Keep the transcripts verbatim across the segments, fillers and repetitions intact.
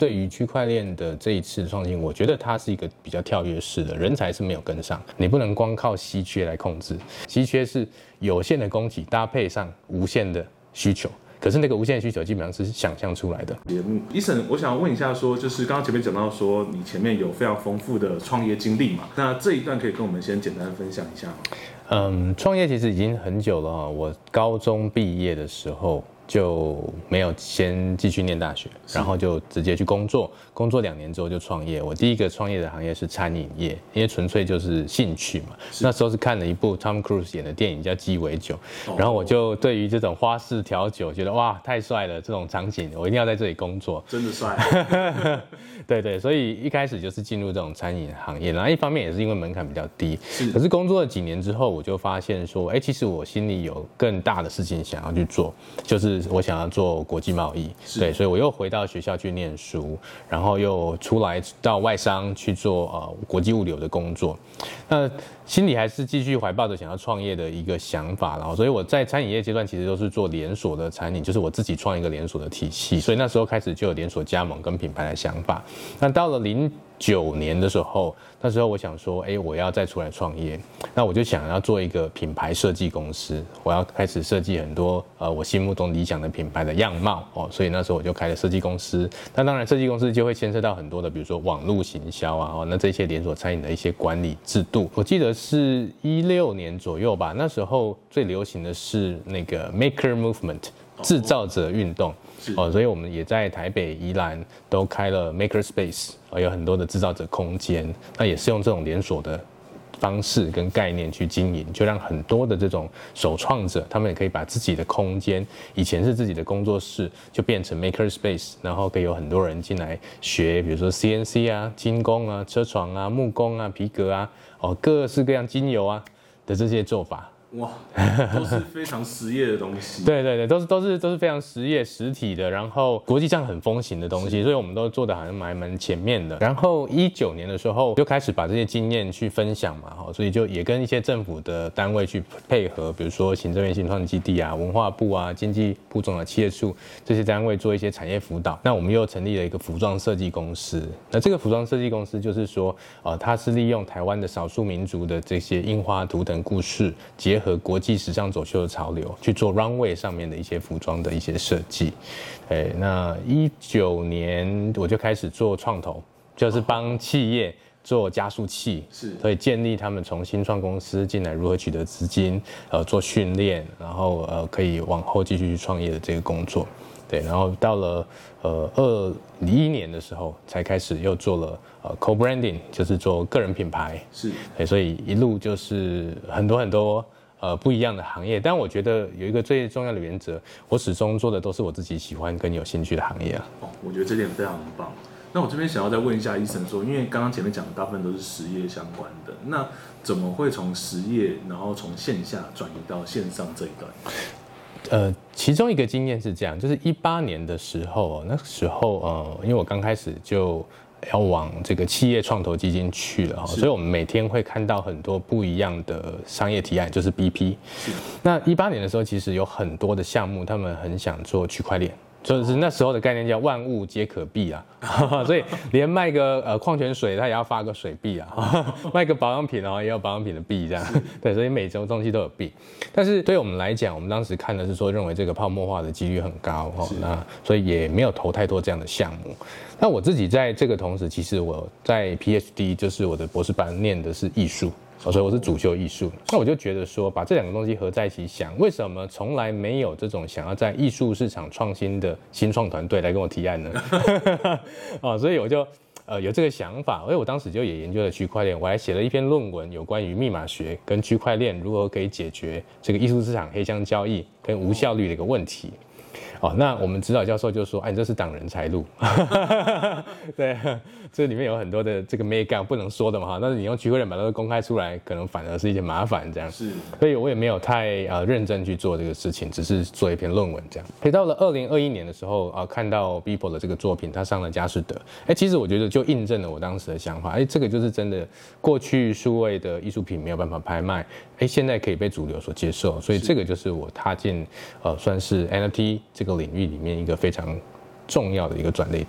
对于区块链的这一次创新，我觉得它是一个比较跳跃式的，人才是没有跟上，你不能光靠稀缺来控制，稀缺是有限的供给搭配上无限的需求。可是那个无限需求基本上是想象出来的。 节目，Eason，我想问一下说，就是刚刚前面讲到说，你前面有非常丰富的创业经历嘛？那这一段可以跟我们先简单分享一下吗？ 嗯，创业其实已经很久了哈。我高中毕业的时候就没有先继续念大学，然后就直接去工作，工作两年之后就创业。我第一个创业的行业是餐饮业，因为纯粹就是兴趣嘛。那时候是看了一部 Tom Cruise 演的电影叫《鸡尾酒》，然后我就对于这种花式调酒觉得哇太帅了，这种场景我一定要在这里工作。 真的帅。 对对，所以一开始就是进入这种餐饮行业，然后一方面也是因为门槛比较低，可是工作了几年之后，我就发现说，哎，其实我心里有更大的事情想要去做，就是我想要做国际贸易，对，所以我又回到学校去念书，然后又出来到外商去做呃国际物流的工作，那心里还是继续怀抱着想要创业的一个想法，然后所以我在餐饮业阶段其实都是做连锁的餐饮，就是我自己创一个连锁的体系，所以那时候开始就有连锁加盟跟品牌的想法。那到了零九年的时候，那时候我想说，哎，我要再出来创业，那我就想要做一个品牌设计公司，我要开始设计很多呃我心目中理想的品牌的样貌哦，所以那时候我就开了设计公司。那当然，设计公司就会牵涉到很多的，比如说网络行销啊，哦，那这些连锁餐饮的一些管理制度。我记得是一六年左右吧，那时候最流行的是那个 Maker Movement。制造者运动哦，所以我们也在台北、宜兰都开了 Maker Space，哦，有很多的制造者空间。那也是用这种连锁的方式跟概念去经营，就让很多的这种首创者，他们也可以把自己的空间，以前是自己的工作室，就变成 Maker Space， 然后可以有很多人进来学，比如说 C N C 啊、金工啊、车床啊、木工啊、皮革啊，哦，各式各样精油啊的这些做法。 哇，都是非常实业的东西。 对对对，都是都是都是非常实业实体的，然后国际上很风行的东西，所以我们都做的好像蛮蛮前面的。然后一九年的时候就开始把这些经验去分享嘛，所以就也跟一些政府的单位去配合，比如说行政院新创基地啊、文化部啊、经济部中的企业处这些单位做一些产业辅导。那我们又成立了一个服装设计公司。那这个服装设计公司就是说，呃，它是利用台湾的少数民族的这些樱花图腾故事结合和国际时尚走秀的潮流去做 runway 上面的一些服装的一些设计。哎，那一九年我就开始做创投，就是帮企业做加速器，是，所以建立他们从新创公司进来如何取得资金，呃，做训练，然后呃可以往后继续去创业的这个工作。对，然后到了呃二一年的时候，才开始又做了呃 co-branding， 就是做个人品牌。是，对，所以一路就是很多很多呃不一样的行业。但我觉得有一个最重要的原则，我始终做的都是我自己喜欢跟有兴趣的行业啊。 哦，我觉得这点非常棒。那我这边想要再问一下Eason说，因为刚刚前面讲的大部分都是实业相关的，那怎么会从实业，然后从线下转移到线上这一段？ 呃，其中一个经验是这样，就是一八年的时候，那时候呃，因为我刚开始就要往这个企业创投基金去了，所以我们每天会看到很多不一样的商业提案，就是 B P。那一八年的时候，其实有很多的项目，他们很想做区块链。就是那时候的概念叫万物皆可币啊，所以连卖个呃矿泉水，它也要发个水币啊，卖个保养品哦，也有保养品的币这样，对，所以每种东西都有币。但是对我们来讲，我们当时看的是说，认为这个泡沫化的几率很高哦，那所以也没有投太多这样的项目。那我自己在这个同时，其实我在 P H D， 就是我的博士班念的是艺术。所以我是主修艺术，那我就觉得说，把这两个东西合在一起想，为什么从来没有这种想要在艺术市场创新的新创团队来跟我提案呢？哦，所以我就呃有这个想法，所以我当时就也研究了区块链，我还写了一篇论文，有关于密码学跟区块链如何可以解决这个艺术市场黑箱交易跟无效率的一个问题。哦，那我们指导教授就说：“哎，你这是挡人财路。”对，这里面有很多的这个 mega 不能说的嘛，哈。但是你用区块链把它公开出来，可能反而是一件麻烦这样。是，所以我也没有太呃认真去做这个事情，只是做一篇论文这样。所以到了二零二一年的时候啊、呃，看到 Beeple 的这个作品，他上了佳士得，哎，其实我觉得就印证了我当时的想法，哎，这个就是真的，过去数位的艺术品没有办法拍卖，哎，现在可以被主流所接受，所以这个就是我踏进呃算是 N F T 这个领域里面一个非常重要的一个转捩点。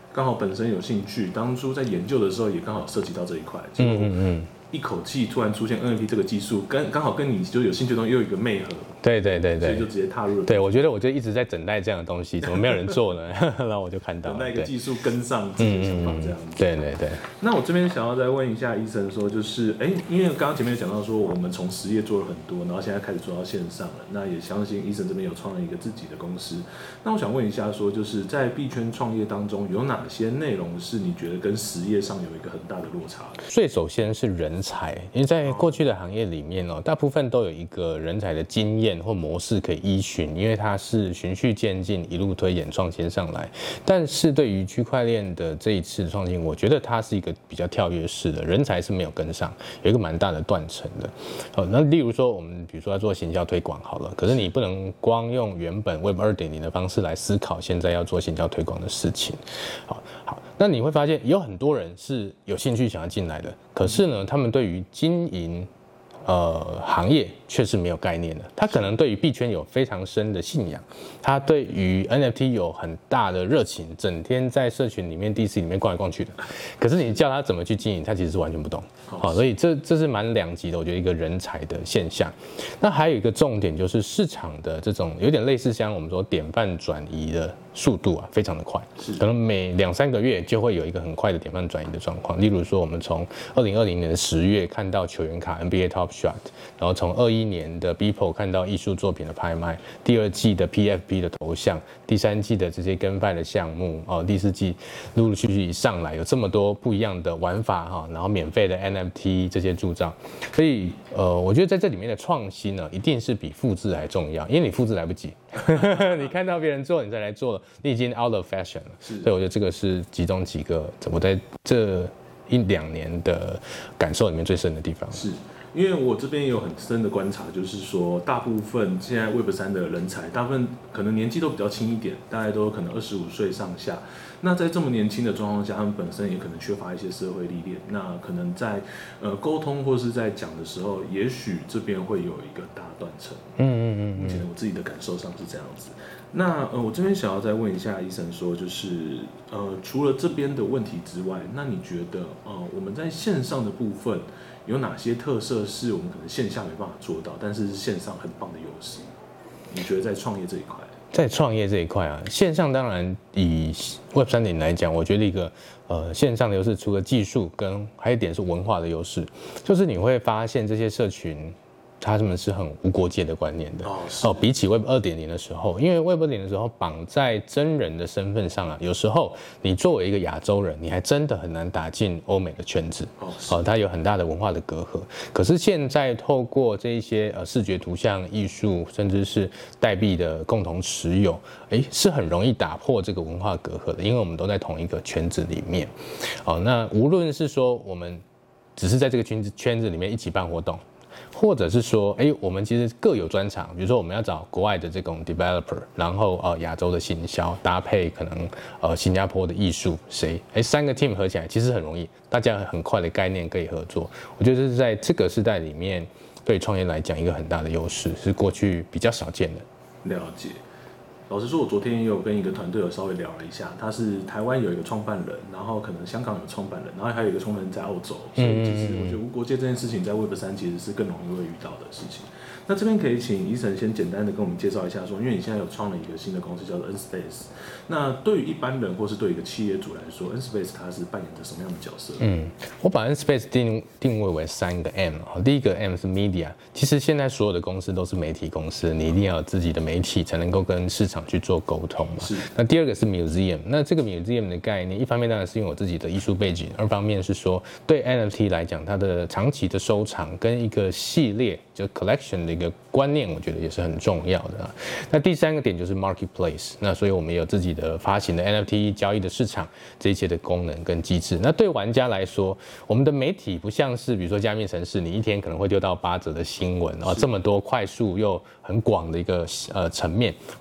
刚好本身有兴趣，当初在研究的时候也刚好涉及到这一块，嗯嗯嗯，一口气突然出现 N F T 这个技术，跟刚好跟你就有兴趣的东西又有一个媒合， 对对对对， 所以就直接踏入了。 对，我觉得我就一直在等待这样的东西，怎么没有人做呢？然后我就看到了， 等待一个技术跟上自己的想法这样子。 对对对。 那我这边想要再问一下医生说，就是哎，因为刚刚前面有讲到说，我们从实业做了很多，然后现在开始做到线上了。那也相信医生这边有创了一个自己的公司。那我想问一下说，就是在币圈创业当中，有哪些内容是你觉得跟实业上有一个很大的落差的？ 最首先是人才，因为在过去的行业里面哦，大部分都有一个人才的经验或模式可以依循，因为它是循序渐进，一路推演创新上来。但是对于区块链的这一次创新，我觉得它是一个比较跳跃式的，人才是没有跟上，有一个蛮大的断层的。好，那例如说我们比如说要做行销推广好了，可是你不能光用原本 Web 二点零 的方式来思考现在要做行销推广的事情。好，好，那你会发现有很多人是有兴趣想要进来的，可是呢，他们对于经营呃行业却是没有概念的。他可能对于币圈有非常深的信仰，他对于 N F T 有很大的热情，整天在社群里面 D C 里面逛来逛去的。可是你叫他怎么去经营，他其实是完全不懂。好，所以这这是蛮两极的，我觉得一个人才的现象。那还有一个重点就是市场的这种有点类似像我们说典范转移的速度啊，非常的快，可能每两三个月就会有一个很快的典范转移的状况。例如说，我们从二零二零年的十月看到球员卡 N B A Top Shot， 然后从二一年的 Beeple 看到艺术作品的拍卖，第二季的 P F P 的头像，第三季的这些跟范的项目，哦，第四季陆陆续续上来，有这么多不一样的玩法哈，然后免费的 N F T 这些铸造，所以呃，我觉得在这里面的创新呢，一定是比复制还重要，因为你复制来不及，你看到别人做，你再来做了，你已经 out of fashion 了，所以我觉得这个是其中几个我在这一两年的感受里面最深的地方。 是。因为我这边也有很深的观察，就是说，大部分现在 Web 三的人才，大部分可能年纪都比较轻一点，大概都可能二十五岁上下。那在这么年轻的状况下，他们本身也可能缺乏一些社会历练，那可能在呃沟通或是在讲的时候，也许这边会有一个大断层。嗯嗯嗯，目前我自己的感受上是这样子。那呃，我这边想要再问一下医生说，就是呃，除了这边的问题之外，那你觉得呃，我们在线上的部分有哪些特色是我们可能线下没办法做到，但是线上很棒的优势？你觉得在创业这一块？ 在创业这一块啊，线上当然以 Web 三点零 来讲，我觉得一个呃线上的优势，除了技术跟还有一点是文化的优势，就是你会发现这些社群。他们是很无国界的观念的 哦, 哦，比起 Web 二点零 的时候，因为 Web 二点零 的时候绑在真人的身份上啊，有时候你作为一个亚洲人，你还真的很难打进欧美的圈子哦, 哦，它有很大的文化的隔阂。可是现在透过这一些呃视觉图像艺术，甚至是代币的共同持有，哎，是很容易打破这个文化隔阂的，因为我们都在同一个圈子里面。哦，那无论是说我们只是在这个圈子圈子里面一起办活动。或者是说，哎，我们其实各有专长，比如说我们要找国外的这种 developer， 然后呃亚洲的行销搭配可能呃新加坡的艺术，谁，哎三个 team 合起来其实很容易，大家很快的概念可以合作。我觉得这是在这个时代里面对创业来讲一个很大的优势，是过去比较少见的。 了解。老实说，我昨天也有跟一个团队有稍微聊了一下，他是台湾有一个创办人，然后可能香港有创办人，然后还有一个创办人在澳洲，所以其实我觉得无国界这件事情在 Web 三其实是更容易会遇到的事情。那这边可以请医生先简单的跟我们介绍一下说，因为你现在有创了一个新的公司叫做 N Space， 那对于一般人或是对于一个企业主来说 ，N Space 它是扮演着什么样的角色？嗯， 我把 N Space 定定位为三个 M， 第一个 M 是 Media， 其实现在所有的公司都是媒体公司，你一定要有自己的媒体才能够跟市场去做沟通嘛。是。那第二个是 Museum， 那这个 Museum 的概念，一方面当然是因为我自己的艺术背景，二方面是说对 N F T 来讲，它的长期的收藏跟一个系列就 collection 的一个观念，我觉得也是很重要的、啊。那第三个点就是 marketplace， 那所以我们有自己的发行的 N F T 交易的市场这一些的功能跟机制。那对玩家来说，我们的媒体不像是比如说加密城市，你一天可能会丢到八则的新闻，然后这么多快速又很广的一个呃层面，我们比较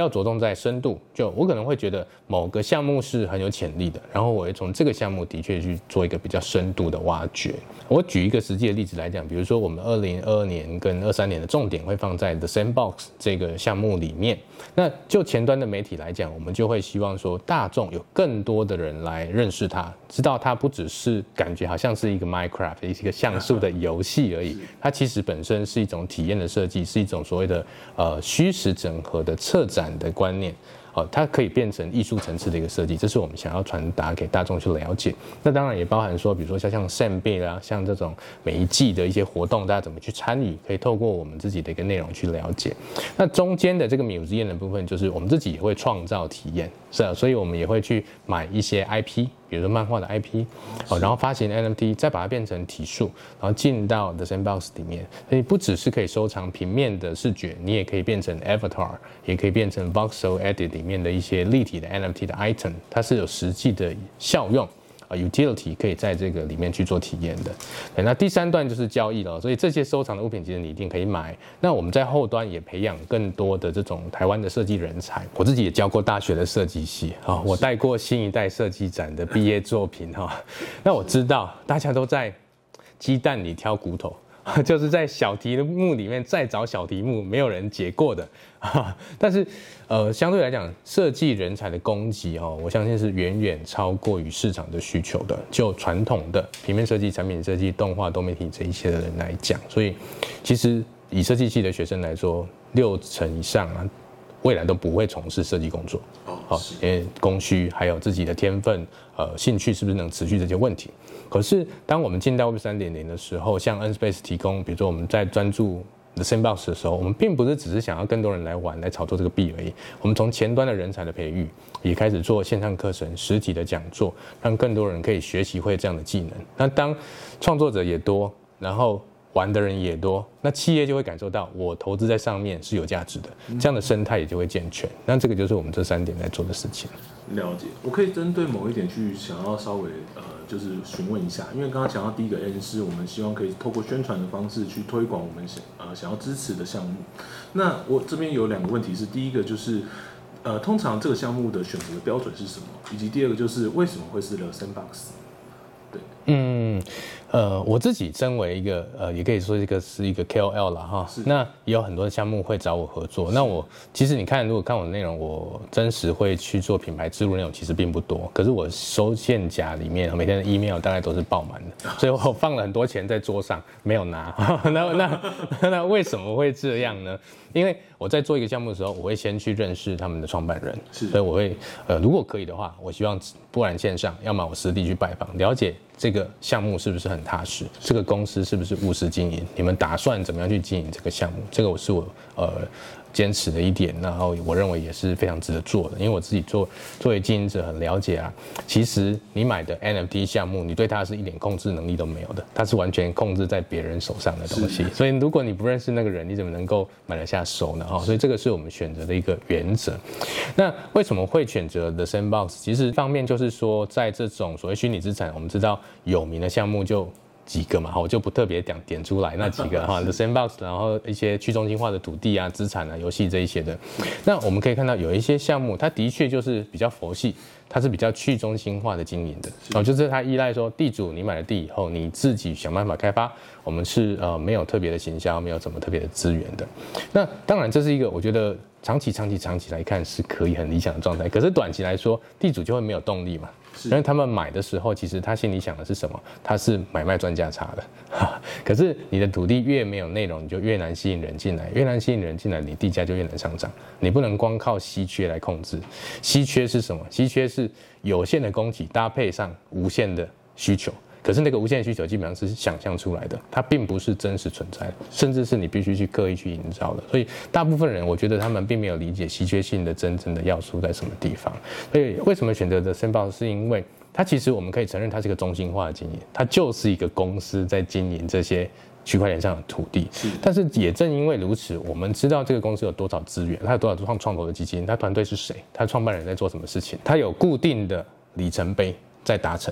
较着重在深度，就我可能会觉得某个项目是很有潜力的，然后我会从这个项目的确去做一个比较深度的挖掘。我举一个实际的例子来讲，比如说我们二零二二年跟二三年的重点会放在 The Sandbox 这个项目里面。那就前端的媒体来讲，我们就会希望说大众有更多的人来认识它，知道它不只是感觉好像是一个 Minecraft 一个像素的游戏而已，它其实本身是一种体验的设计，是一种所谓的呃虚实整合的策展的观念。它可以变成艺术层次的一个设计，这是我们想要传达给大众去了解。那当然也包含说，比如说像像 Sandbit 啊，像这种每一季的一些活动，大家怎么去参与，可以透过我们自己的一个内容去了解。那中间的这个 museum 的部分，就是我们自己也会创造体验，是啊，所以我们也会去买一些 I P。比如说漫画的 I P， 然后发行 N F T， 再把它变成体数，然后进到 The Sandbox 里面。所以不只是可以收藏平面的视觉，你也可以变成 Avatar， 也可以变成 Voxel Edit 里面的一些立体的 N F T 的 item， 它是有实际的效用。utility 可以在这个里面去做体验的。那第三段就是交易了，所以这些收藏的物品其实你一定可以买。那我们在后端也培养更多的这种台湾的设计人才。我自己也教过大学的设计系啊，我带过新一代设计展的毕业作品哈。那我知道大家都在鸡蛋里挑骨头。就是在小题目里面再找小题目，没有人解过的。但是，呃，相对来讲，设计人才的供给哦，我相信是远远超过于市场的需求的。就传统的平面设计、产品设计、动画、多媒体这一些的人来讲，所以其实以设计系的学生来说，六成以上啊，未来都不会从事设计工作。好，因为供需还有自己的天分、呃兴趣是不是能持续这些问题。可是当我们进到 Web 三点零 的时候，像 Nspace 提供，比如说我们在专注 The Sandbox 的时候，我们并不是只是想要更多人来玩、来炒作这个币而已。我们从前端的人才的培育，也开始做线上课程、实体的讲座，让更多人可以学习会这样的技能。那当创作者也多，然后玩的人也多，那企业就会感受到我投资在上面是有价值的，这样的生态也就会健全。那这个就是我们这三点在做的事情。 了解，我可以针对某一点去想要稍微呃，就是询问一下，因为刚刚讲到第一个 N 是我们希望可以透过宣传的方式去推广我们想呃想要支持的项目。那我这边有两个问题是，第一个就是呃，通常这个项目的选择的标准是什么？以及第二个就是为什么会是 The Sandbox？ 对， 嗯。呃，我自己身为一个呃，也可以说一个是一个 K O L 啦哈，那也有很多项目会找我合作。那我其实你看，如果看我的内容，我真实会去做品牌植入内容其实并不多，可是我收件夹里面每天的 email 大概都是爆满的，所以我放了很多钱在桌上没有拿。那那那为什么会这样呢？因为我在做一个项目的时候，我会先去认识他们的创办人，所以我会呃，如果可以的话，我希望不然线上，要么我实地去拜访，了解这个项目是不是很踏实，这个公司是不是务实经营，你们打算怎么样去经营这个项目？这个我是我呃坚持的一点，然后我认为也是非常值得做的，因为我自己做作为经营者很了解啊。其实你买的 N F T 项目，你对它是一点控制能力都没有的，它是完全控制在别人手上的东西。所以如果你不认识那个人，你怎么能够买得下手呢？哈，所以这个是我们选择的一个原则。那为什么会选择 The Sandbox？ 其实一方面就是说，在这种所谓虚拟资产，我们知道有名的项目就几个嘛，我就不特别点点出来那几个哈 ，The Sandbox， 然后一些去中心化的土地啊、资产啊、游戏这一些的。那我们可以看到有一些项目，它的确就是比较佛系，它是比较去中心化的经营的，哦，就是它依赖说地主你买了地以后，你自己想办法开发。我们是呃没有特别的行销，没有什么特别的资源的。那当然这是一个我觉得长期、长期、长期来看是可以很理想的状态。可是短期来说，地主就会没有动力嘛。因为他们买的时候，其实他心里想的是什么？他是买卖赚价差的。可是你的土地越没有内容，你就越难吸引人进来，越难吸引人进来，你地价就越难上涨。你不能光靠稀缺来控制。稀缺是什么？稀缺是有限的供给搭配上无限的需求。可是那个无限需求基本上是想象出来的，它并不是真实存在的，甚至是你必须去刻意去营造的。所以大部分人，我觉得他们并没有理解稀缺性的真正的要素在什么地方。所以为什么选择的Sandbox，是因为它其实我们可以承认它是一个中心化的经营，它就是一个公司在经营这些区块链上的土地。但是也正因为如此，我们知道这个公司有多少资源，它有多少创创投的基金，它团队是谁，它创办人在做什么事情，它有固定的里程碑在达成。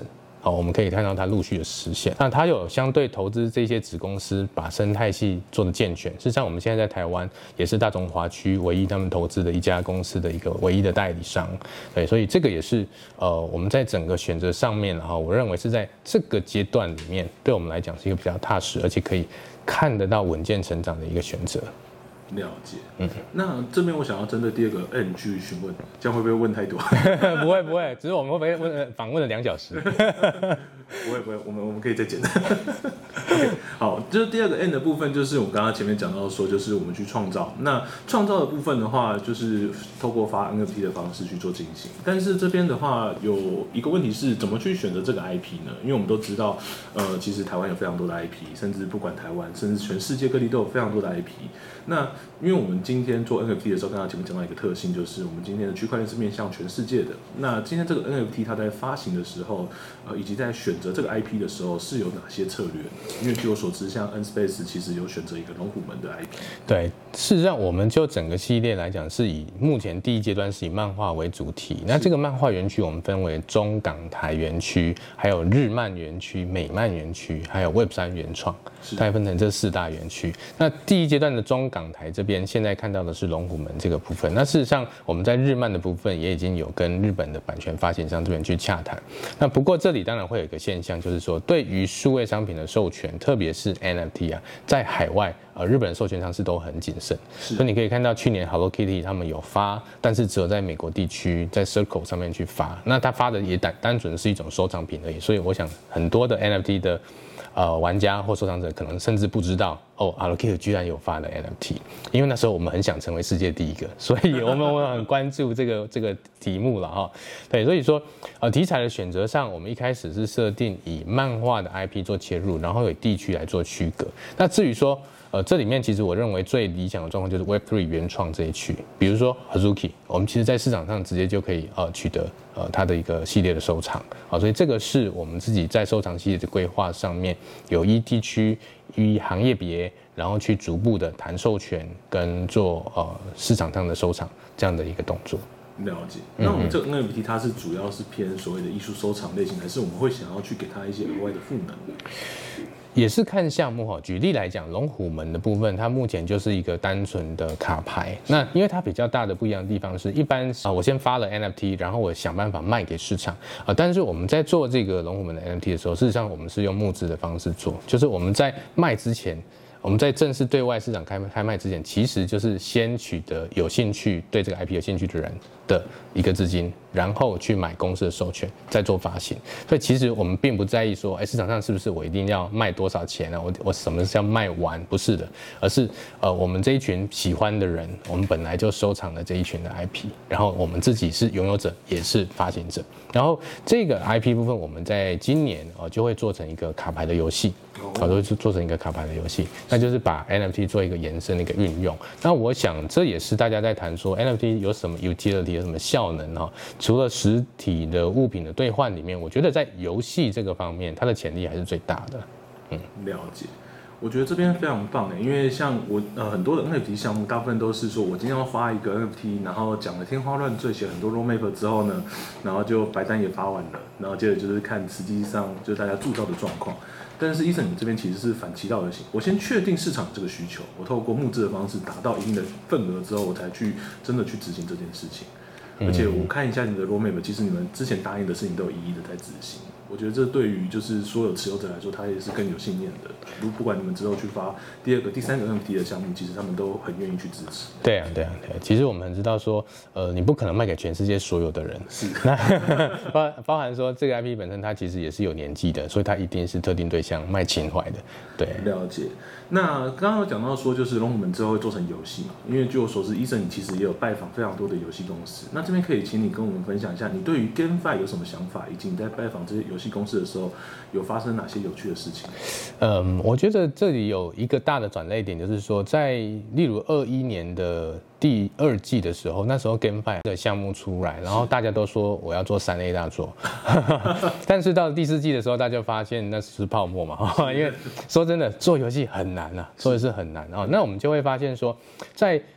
好，我们可以看到它陆续的实现。那它有相对投资这些子公司，把生态系做的健全。事实上，我们现在在台湾也是大中华区唯一他们投资的一家公司的一个唯一的代理商。对，所以这个也是呃我们在整个选择上面，哈，我认为是在这个阶段里面，对我们来讲是一个比较踏实，而且可以看得到稳健成长的一个选择。 了解，嗯，那这边我想要针对第二个 N 去询问，这样会不会问太多？ 不会不会，只是我们会不会问访问了两小时？ 不会不会，我们我们可以再简单。OK， 好，就是第二个 N 的部分，就是我们刚刚前面讲到说，就是我们去创造。那创造的部分的话，就是透过发 N F T 的方式去做进行。但是这边的话，有一个问题是怎么去选择这个 I P 呢？因为我们都知道，呃，其实台湾有非常多的 I P， 甚至不管台湾，甚至全世界各地都有非常多的 I P。那因为我们今天做 N F T 的时候，刚刚前面讲到一个特性，就是我们今天的区块链是面向全世界的。那今天这个 N F T 它在发行的时候，呃，以及在选择这个 I P 的时候，是有哪些策略呢？因为据我所知，像 N Space 其实有选择一个龙虎门的 I P。 对，事实上，我们就整个系列来讲，是以目前第一阶段是以漫画为主题。那这个漫画园区我们分为中港台园区，还有日漫园区、美漫园区，还有 Web 三原创，大概分成这四大园区。那第一阶段的中港台这边，现在看到的是龙虎门这个部分。那事实上，我们在日漫的部分也已经有跟日本的版权发行商这边去洽谈。那不过这里当然会有一个现象，就是说对于数位商品的授权，特别是 N F T 啊，在海外呃日本的授权商是都很谨慎。所以你可以看到去年 Hello Kitty 他们有发，但是只有在美国地区在 Circle 上面去发。那他发的也单单纯是一种收藏品而已。所以我想很多的 N F T 的呃玩家或收藏者可能甚至不知道哦 ，Hello Kitty 居然有发了 N F T， 因为那时候我们很想成为世界第一个，所以我们我们很关注这个这个题目了哈。对，所以说呃题材的选择上，我们一开始是设定以漫画的 I P 做切入，然后以地区来做区隔。那至于说呃，这里面其实我认为最理想的状况就是 Web 三 原创这一区，比如说 Azuki， 我们其实在市场上直接就可以呃取得呃它的一个系列的收藏，好，所以这个是我们自己在收藏系列的规划上面有依地区、依行业别，然后去逐步的谈授权跟做呃市场上的收藏这样的一个动作。 了解。那我们这个 N F T 它是主要是偏所谓的艺术收藏类型，还是我们会想要去给它一些额外的赋能？ 也是看项目哈。举例来讲，龙虎门的部分，它目前就是一个单纯的卡牌。那因为它比较大的不一样的地方是，一般啊，我先发了 N F T， 然后我想办法卖给市场啊。但是我们在做这个龙虎门的 N F T 的时候，事实上我们是用募资的方式做，就是我们在卖之前。我们在正式对外市场开开卖之前，其实就是先取得有兴趣对这个 I P 有兴趣的人的一个资金，然后去买公司的授权，再做发行。所以其实我们并不在意说，哎，市场上是不是我一定要卖多少钱啊？我我什么是要卖完？不是的，而是呃，我们这一群喜欢的人，我们本来就收藏了这一群的 I P， 然后我们自己是拥有者，也是发行者。然后这个 I P 部分，我们在今年哦就会做成一个卡牌的游戏，好，都会做成一个卡牌的游戏。那就是把 N F T 做一个延伸的一个运用。那我想这也是大家在谈说 N F T 有什么 utility 有什么效能哈。除了实体的物品的兑换里面，我觉得在游戏这个方面，它的潜力还是最大的。嗯， 了解。我觉得这边非常棒诶，因为像我呃很多的 N F T 项目，大部分都是说我今天要发一个 N F T， 然后讲了天花乱坠，写很多 roadmap 之后呢，然后就白单也发完了，然后接着就是看实际上就是大家铸造的状况。但是Eason你这边其实是反其道而行，我先确定市场这个需求，我透过募资的方式达到一定的份额之后，我才去真的去执行这件事情。而且我看一下你的 roadmap， 其实你们之前答应的事情都有一一的在执行。我觉得这对于就是所有持有者来说，他也是更有信念的。如不管你们之后去发第二个、第三个 N F T 的项目，其实他们都很愿意去支持。 对啊，对啊，对啊。其实我们很知道说，呃，你不可能卖给全世界所有的人， 是。 那包包含说这个 I P 本身它其实也是有年纪的，所以它一定是特定对象卖情怀的。对， 了解。那刚刚有讲到说，就是龙虎门之后会做成游戏嘛？因为据我所知，Eason你其实也有拜访非常多的游戏公司。那这边可以请你跟我们分享一下，你对于 GameFi 有什么想法，以及你在拜访这些游戏公司的时候，有发生哪些有趣的事情？ 嗯，我觉得这里有一个大的转捩点，就是说，在例如二一年的第二季的时候，那时候 GameFi 的项目出来，然后大家都说我要做三 A 大作，但是到第四季的时候，大家就发现那是泡沫嘛，因为说真的，做游戏很难啊，做的是很难啊。那我们就会发现说，在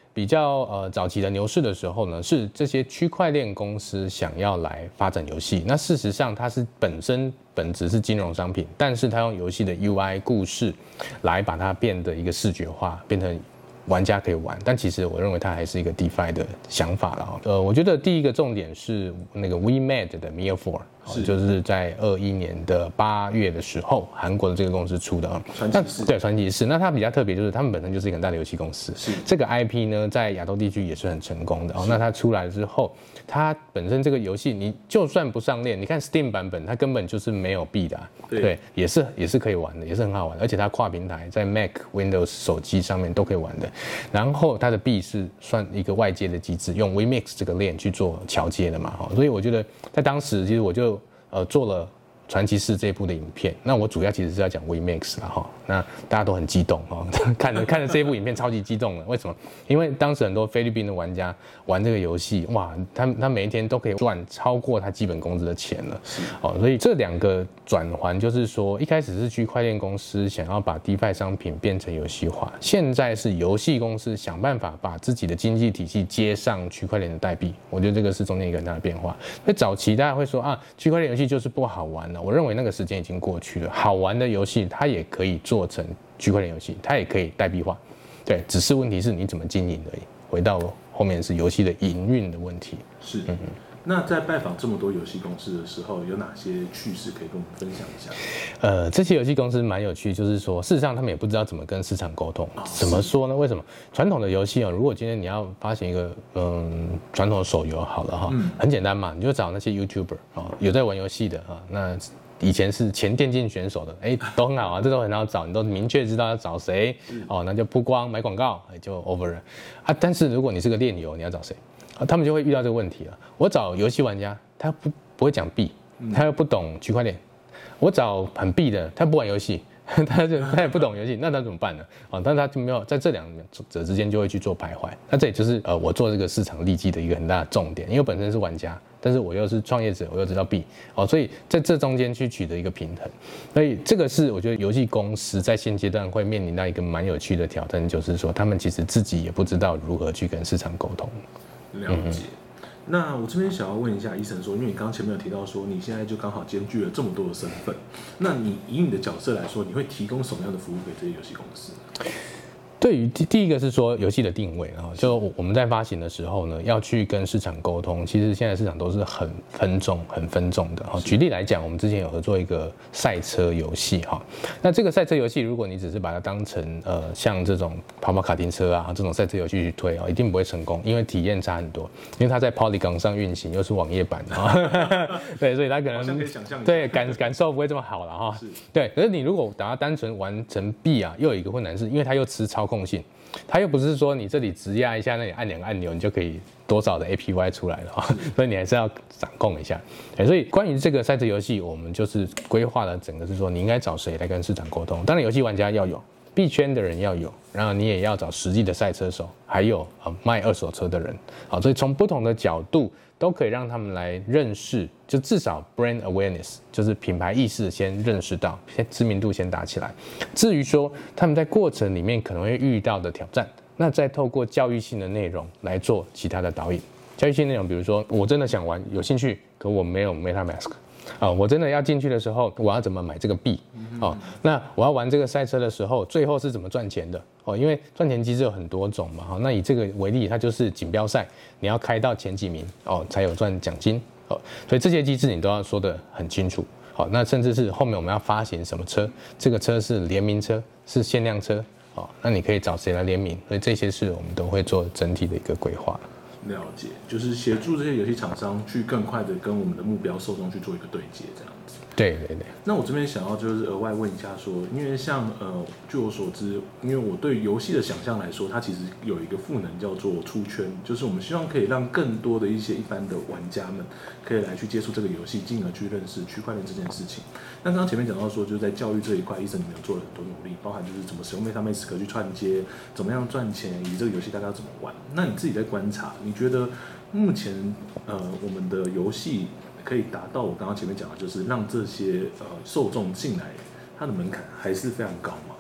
比较呃早期的牛市的时候呢，是这些区块链公司想要来发展游戏。那事实上它是本身本质是金融商品，但是它用游戏的 U I 故事来把它变得一个视觉化，变成玩家可以玩。但其实我认为它还是一个 DeFi 的想法了哈。呃，我觉得第一个重点是那个 WeMade 的 Mill four。是就是在二一年的八月的时候，韩国的这个公司出的啊， 传奇士对传奇士，那它比较特别就是他们本身就是一个很大的游戏公司， 是这个 I P 呢在亚洲地区也是很成功的哦。那它出来之后，它本身这个游戏你就算不上链，你看 Steam 版本它根本就是没有币的、啊， 对， 对，也是也是可以玩的，也是很好玩的，而且它跨平台在 Mac、Windows 手机上面都可以玩的。然后它的币是算一个外接的机制，用 WeMix 这个链去做桥接的嘛，哈，所以我觉得在当时其实我就。呃，做了传奇士这一部的影片，那我主要其实是要讲 WeMix 啦哈，那大家都很激动哈，看着看着这一部影片超级激动了，为什么？因为当时很多菲律宾的玩家玩这个游戏，哇，他他每一天都可以赚超过他基本工资的钱了，哦，所以这两个转环就是说，一开始是区块链公司想要把 DeFi 商品变成游戏化，现在是游戏公司想办法把自己的经济体系接上区块链的代币，我觉得这个是中间一个很大的变化。所以早期大家会说啊，区块链游戏就是不好玩了，我认为那个时间已经过去了，好玩的游戏它也可以做成区块链游戏，它也可以代币化，对，只是问题是你怎么经营而已。回到后面是游戏的营运的问题。 是，嗯那在拜访这么多游戏公司的时候，有哪些趣事可以跟我们分享一下？ 呃，这些游戏公司蛮有趣，就是说，事实上他们也不知道怎么跟市场沟通。哦、怎么说呢？为什么传统的游戏啊、哦，如果今天你要发行一个嗯传统的手游好了哈、哦嗯，很简单嘛，你就找那些 YouTuber 啊、哦，有在玩游戏的啊，那。以前是前电竞选手的，哎，都很好啊，这都很好找，你都明确知道要找谁，哦，那就曝光买广告，就 over 了啊。但是如果你是个炼油，你要找谁？啊，他们就会遇到这个问题了。我找游戏玩家，他不不会讲币，他又不懂区块链；我找很币的，他不玩游戏。他就他也不懂游戏，那他怎么办呢？啊，但他就没有在这两者之间就会去做徘徊。那这也就是呃我做这个市场利基的一个很大的重点，因为我本身是玩家，但是我又是创业者，我又知道币，哦，所以在这中间去取得一个平衡。所以这个是我觉得游戏公司在现阶段会面临到一个蛮有趣的挑战，就是说他们其实自己也不知道如何去跟市场沟通。 了解。嗯那我这边想要问一下医生说，因为你刚刚前面有提到说，你现在就刚好兼具了这么多的身份，那你以你的角色来说，你会提供什么样的服务给这些游戏公司？ 对于第第一个是说游戏的定位啊，就我们在发行的时候呢，要去跟市场沟通。其实现在市场都是很分众、很分众的哈。举例来讲，我们之前有合作一个赛车游戏哈，那这个赛车游戏，如果你只是把它当成呃像这种跑跑卡丁车啊这种赛车游戏去推啊，一定不会成功，因为体验差很多。因为它在 Polygon 上运行，又是网页版哈，对，所以它可能可以想象对感感受不会这么好了哈。对，可是你如果把它单纯玩成币啊，又有一个困难是，因为它又吃操控性，它又不是说你这里直压一下，那你按两个按钮，你就可以多少的 A P Y 出来了，所以你还是要掌控一下。所以关于这个赛车游戏，我们就是规划了整个是说，你应该找谁来跟市场沟通。当然，游戏玩家要有，币圈的人要有，然后你也要找实际的赛车手，还有呃卖二手车的人。好，所以从不同的角度都可以让他们来认识，就至少 brand awareness 就是品牌意识先认识到，先知名度先打起来。至于说他们在过程里面可能会遇到的挑战，那再透过教育性的内容来做其他的导引。教育性内容，比如说我真的想玩，有兴趣，可我没有 MetaMask。啊、哦，我真的要进去的时候，我要怎么买这个币？哦，那我要玩这个赛车的时候，最后是怎么赚钱的？哦，因为赚钱机制有很多种嘛。好、哦，那以这个为例，它就是锦标赛，你要开到前几名哦，才有赚奖金。哦，所以这些机制你都要说得很清楚。好、哦，那甚至是后面我们要发行什么车，这个车是联名车，是限量车。哦，那你可以找谁来联名？所以这些是我们都会做整体的一个规划。 了解，就是协助这些游戏厂商去更快的跟我们的目标受众去做一个对接，这样子。 对对对。 那我这边想要就是额外问一下说，因为像呃，据我所知，因为我对游戏的想象来说，它其实有一个赋能叫做出圈，就是我们希望可以让更多的一些一般的玩家们可以来去接触这个游戏，进而去认识区块链这件事情。那刚刚前面讲到说，就是在教育这一块，医生你们有做了很多努力，包含就是怎么使用 MetaMask 去串接，怎么样赚钱，以及这个游戏大家要怎么玩。那你自己在观察，你觉得目前呃我们的游戏可以达到我刚刚前面讲的，就是让这些呃受众进来，它的门槛还是非常高嘛？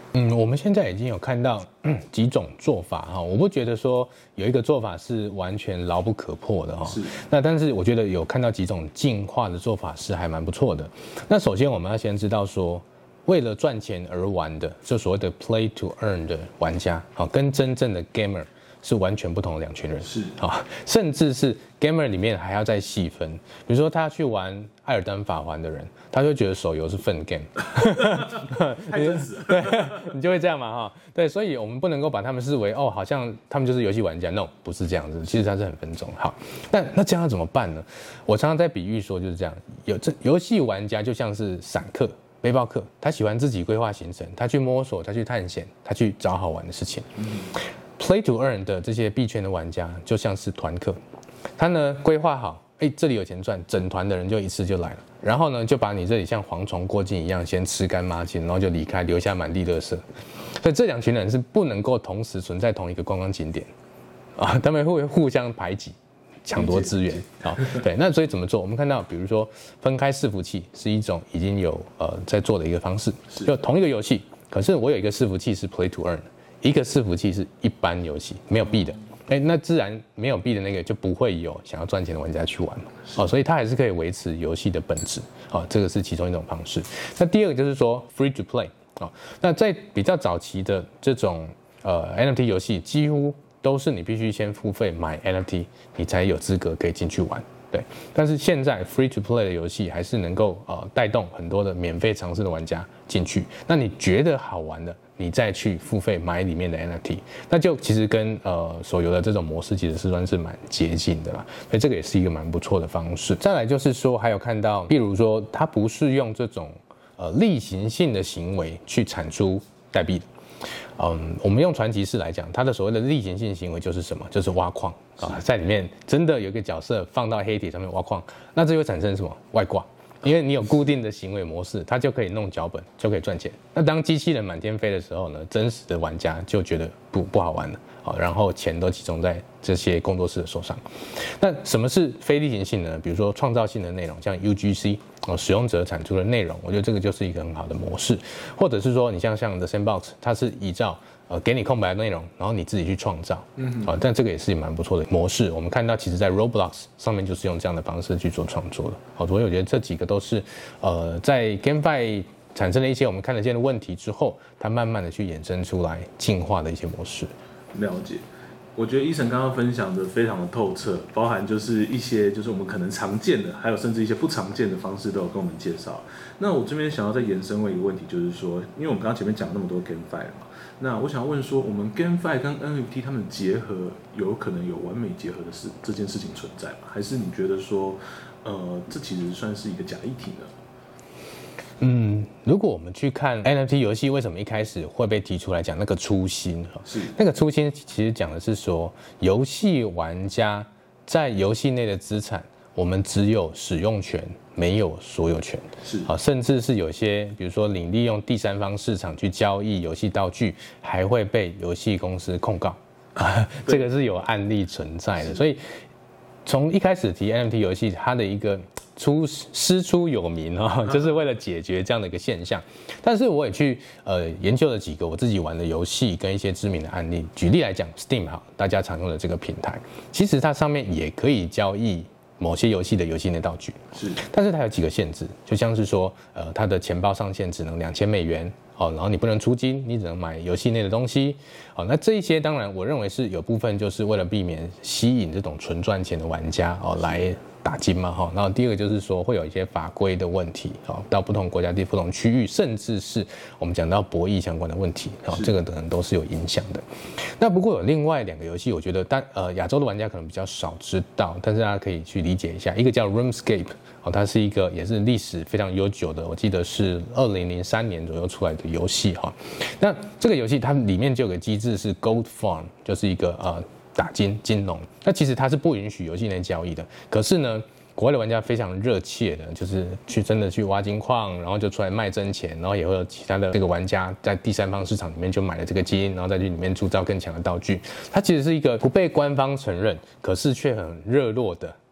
嗯，我们现在已经有看到、嗯、几种做法哈，我不觉得说有一个做法是完全牢不可破的哈。 是。 那但是我觉得有看到几种进化的做法是还蛮不错的。那首先我们要先知道说，为了赚钱而玩的，就所谓的 play to earn 的玩家，好，跟真正的 gamer 是完全不同的两群人。 是。 好，甚至是 gamer 里面还要再细分，比如说他去玩艾尔登法环的人，他就觉得手游是粪 game， 太真实了， 对，你就会这样嘛哈，对，所以我们不能够把他们视为哦，好像他们就是游戏玩家 ，no， 不是这样子，其实它是很分众。好，那那这样要怎么办呢？我常常在比喻说就是这样，有这游戏玩家就像是散客、背包客，他喜欢自己规划行程，他去摸索，他去探险，他去找好玩的事情。嗯、Play to earn 的这些币圈的玩家就像是团客，他呢规划好。哎，这里有钱赚，整团的人就一次就来了，然后呢，就把你这里像蝗虫过境一样，先吃干抹净，然后就离开，留下满地垃圾。所以这两群人是不能够同时存在同一个观光景点，啊，他们会互相排挤，抢夺资源。啊，对，那所以怎么做？我们看到，比如说分开伺服器是一种已经有呃在做的一个方式，就同一个游戏，可是我有一个伺服器是 Play to Earn， 一个伺服器是一般游戏，没有币的。哎，那自然没有币的那个就不会有想要赚钱的玩家去玩嘛，哦，所以它还是可以维持游戏的本质，哦，这个是其中一种方式。那第二个就是说 free to play， 哦，那在比较早期的这种呃 N F T 游戏，几乎都是你必须先付费买 N F T， 你才有资格可以进去玩。对，但是现在 free to play 的游戏还是能够呃带动很多的免费尝试的玩家进去。那你觉得好玩的，你再去付费买里面的 N F T， 那就其实跟呃手游的这种模式其实是算是蛮接近的啦。所以这个也是一个蛮不错的方式。再来就是说，还有看到，比如说它不是用这种呃例行性的行为去产出代币的。嗯，我们用传奇士来讲，它的所谓的例行性行为就是什么？就是挖矿啊，在里面真的有一个角色放到黑铁上面挖矿，那这会产生什么外挂？因为你有固定的行为模式，它就可以弄脚本，就可以赚钱。那当机器人满天飞的时候呢，真实的玩家就觉得不不好玩了，好，然后钱都集中在这些工作室的手上。那什么是非例行性呢？比如说创造性的内容，像 U G C 哦，使用者产出的内容，我觉得这个就是一个很好的模式。或者是说，你像像 The Sandbox， 它是依照呃，给你空白的内容，然后你自己去创造，嗯，好，但这个也是蛮不错的模式。我们看到，其实在 Roblox 上面就是用这样的方式去做创作的，好，所以我觉得这几个都是，呃，在 GameFi 产生了一些我们看得见的问题之后，它慢慢的去衍生出来进化的一些模式。 了解。我觉得Eason刚刚分享的非常的透彻，包含就是一些就是我们可能常见的，还有甚至一些不常见的方式都有跟我们介绍。那我这边想要再延伸问一个问题，就是说，因为我们刚刚前面讲那么多 GameFi 了嘛，那我想要问说，我们 GameFi 跟 N F T 它们结合，有可能有完美结合的事这件事情存在吗？还是你觉得说，呃，这其实算是一个假议题呢？ 嗯，如果我们去看 N F T 游戏为什么一开始会被提出来讲那个初心， 是那个初心其实讲的是说，游戏玩家在游戏内的资产，我们只有使用权，没有所有权。 是好，甚至是有些，比如说你利用第三方市场去交易游戏道具，还会被游戏公司控告，这个是有案例存在的。所以从一开始提 N F T 游戏，它的一个出师出有名啊，就是为了解决这样的一个现象。但是我也去呃研究了几个我自己玩的游戏跟一些知名的案例。举例来讲 ，Steam 好，大家常用的这个平台，其实它上面也可以交易某些游戏的游戏内道具， 是， 但是它有几个限制，就像是说，呃，它的钱包上限只能两千美元。哦，然后你不能出金，你只能买游戏内的东西。好，那这一些当然，我认为是有部分就是为了避免吸引这种纯赚钱的玩家哦来打金嘛哈。然后第二个就是说会有一些法规的问题，哦，到不同国家、地不同区域，甚至是我们讲到博弈相关的问题，哦，这个可能都是有影响的。那不过有另外两个游戏，我觉得但呃亚洲的玩家可能比较少知道，但是大家可以去理解一下。一个叫 RuneScape。哦，它是一个也是历史非常悠久的，我记得是二零零三年左右出来的游戏哈。那这个游戏它里面就有个机制是 Gold Farm， 就是一个呃打金金农。那其实它是不允许游戏内交易的，可是呢，国外的玩家非常热切的，就是去真的去挖金矿，然后就出来卖真钱，然后也会有其他的这个玩家在第三方市场里面就买了这个金，然后再去里面铸造更强的道具。它其实是一个不被官方承认，可是却很热络的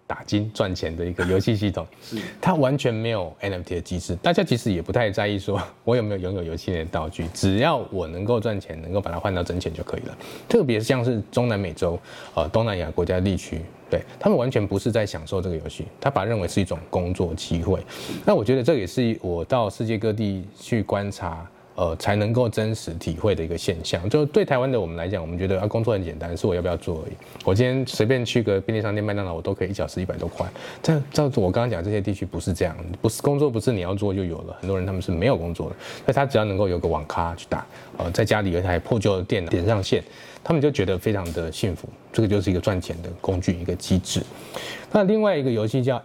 打金赚钱的一个游戏系统， 是它完全没有 N F T 的机制。大家其实也不太在意说我有没有拥有游戏内的道具，只要我能够赚钱，能够把它换到真钱就可以了。特别像是中南美洲、呃东南亚国家地区，对他们完全不是在享受这个游戏，他把它认为是一种工作机会。那我觉得这也是我到世界各地去观察。呃，才能够真实体会的一个现象。就对台湾的我们来讲，我们觉得啊，工作很简单，是我要不要做而已。我今天随便去个便利商店、麦当劳，我都可以一小时一百多块。但照我刚刚讲这些地区不是这样，不是工作不是你要做就有了。很多人他们是没有工作的，所以他只要能够有个网咖去打，呃，在家里有一台破旧的电脑点上线，他们就觉得非常的幸福。这个就是一个赚钱的工具，一个机制。那另外一个游戏叫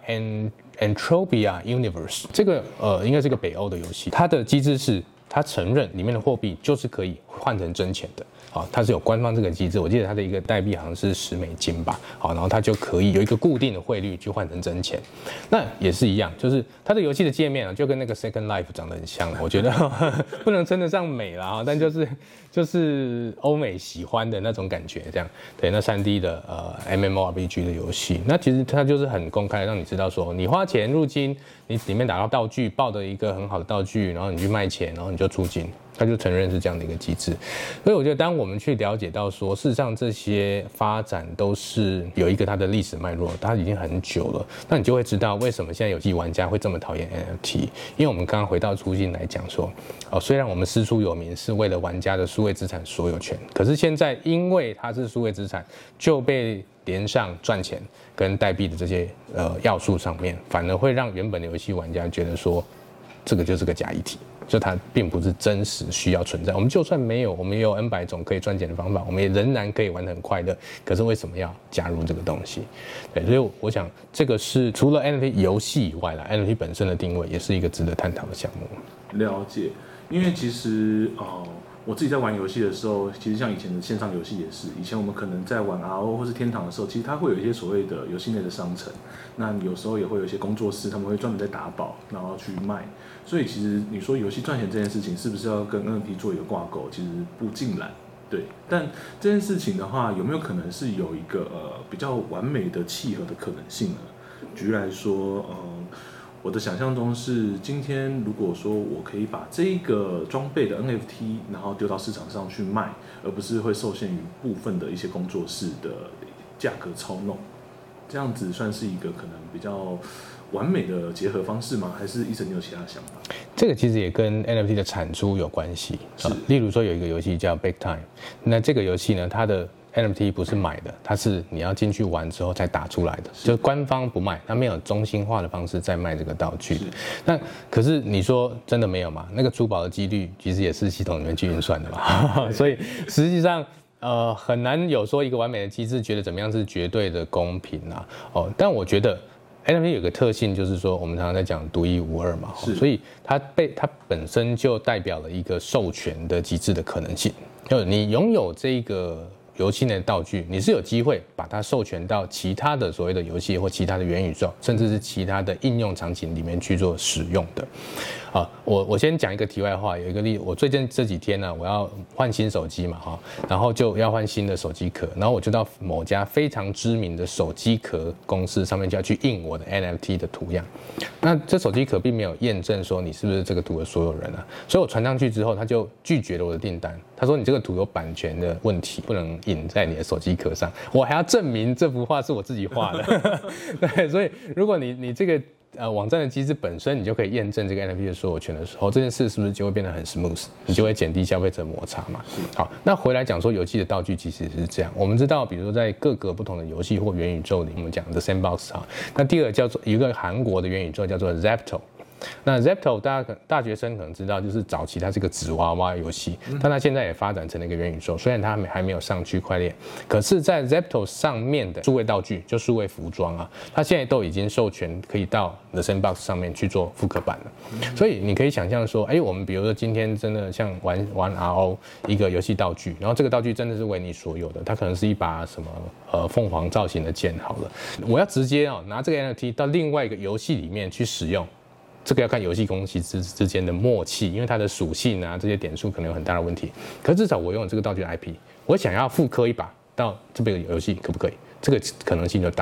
Entropia Universe， 这个呃应该是一个北欧的游戏，它的机制是。他承认里面的货币就是可以换成真钱的，好，它是有官方这个机制。我记得它的一个代币好像是十美金吧，好，然后它就可以有一个固定的汇率去换成真钱。那也是一样，就是它的游戏的界面啊，就跟那个 Second Life 长得很像，我觉得不能称得上美啦，但就是就是欧美喜欢的那种感觉，这样。对，那 三 D 的呃 M M O R P G 的游戏，那其实它就是很公开，让你知道说，你花钱入金，你里面打到道具，抱的一个很好的道具，然后你去卖钱，然后你就出金。他就承认是这样的一个机制，所以我觉得当我们去了解到说，事实上这些发展都是有一个它的历史脉络，它已经很久了，那你就会知道为什么现在游戏玩家会这么讨厌 N F T， 因为我们刚刚回到初心来讲说，哦，虽然我们师出有名是为了玩家的数位资产所有权，可是现在因为它是数位资产，就被连上赚钱跟代币的这些呃要素上面，反而会让原本的游戏玩家觉得说，这个就是个假议题。就它并不是真实需要存在，我们就算没有，我们也有 N 百种可以赚钱的方法，我们也仍然可以玩得很快乐。可是为什么要加入这个东西？对，所以我想这个是除了 N F T 游戏以外啦 ，N F T 本身的定位也是一个值得探讨的项目。 了解，因为其实哦、呃，我自己在玩游戏的时候，其实像以前的线上游戏也是，以前我们可能在玩 R O 或是天堂的时候，其实它会有一些所谓的游戏内的商城，那有时候也会有一些工作室，他们会专门在打宝，然后去卖。所以其实你说游戏赚钱这件事情是不是要跟 N F T 做一个挂钩？其实不尽然，对。但这件事情的话，有没有可能是有一个呃比较完美的契合的可能性呢？举例来说，嗯、呃，我的想象中是，今天如果说我可以把这个装备的 N F T， 然后丢到市场上去卖，而不是会受限于部分的一些工作室的价格操弄，这样子算是一个可能比较完美的结合方式吗？还是医生你有其他想法？ 这个其实也跟 N F T 的产出有关系。是、呃，例如说有一个游戏叫 Big Time， 那这个游戏呢，它的 N F T 不是买的，它是你要进去玩之后才打出来的，就是官方不卖，它没有中心化的方式在卖这个道具。那可是你说真的没有吗？那个出宝的几率其实也是系统里面去运算的嘛，所以实际上。呃，很难有说一个完美的机制，觉得怎么样是绝对的公平啊？哦，但我觉得 N F T 有个特性，就是说我们常常在讲独一无二嘛，所以它被它本身就代表了一个授权的机制的可能性。就是你拥有这个游戏内的道具，你是有机会把它授权到其他的所谓的游戏或其他的元宇宙，甚至是其他的应用场景里面去做使用的。啊，我我先讲一个题外话，有一个例，我最近这几天呢，我要换新手机嘛，哈，然后就要换新的手机壳，然后我就到某家非常知名的手机壳公司上面就要去印我的 N F T 的图样。那这手机壳并没有验证说你是不是这个图的所有人啊，所以我传上去之后，他就拒绝了我的订单。他说你这个图有版权的问题，不能印在你的手机壳上。我还要证明这幅画是我自己画的。对，所以如果你你这个。呃，网站的机制本身，你就可以验证这个 N F T 的所有权的时候，这件事是不是就会变得很 smooth？ 你就会减低消费者摩擦嘛。好，那回来讲说游戏的道具其实是这样。我们知道，比如说在各个不同的游戏或元宇宙里，我们讲的 sandbox 哈。那第二个叫做一个韩国的元宇宙叫做 Zapto。那 Zapto 大家可大学生可能知道，就是早期它是个纸娃娃游戏，但它现在也发展成了一个元宇宙。虽然它还没有上区块链，可是，在 Zapto 上面的数位道具，就数位服装啊，它现在都已经授权可以到 The Sandbox 上面去做复刻版了。所以你可以想象说，哎，我们比如说今天真的像玩玩 R O 一个游戏道具，然后这个道具真的是为你所有的，它可能是一把什么呃凤凰造型的剑好了，我要直接哦拿这个 N F T 到另外一个游戏里面去使用。这个要看游戏公司之之间的默契，因为它的属性啊，这些点数可能有很大的问题。可至少我拥有这个道具的 I P， 我想要复刻一把到这边的游戏，可不可以？这个可能性就大。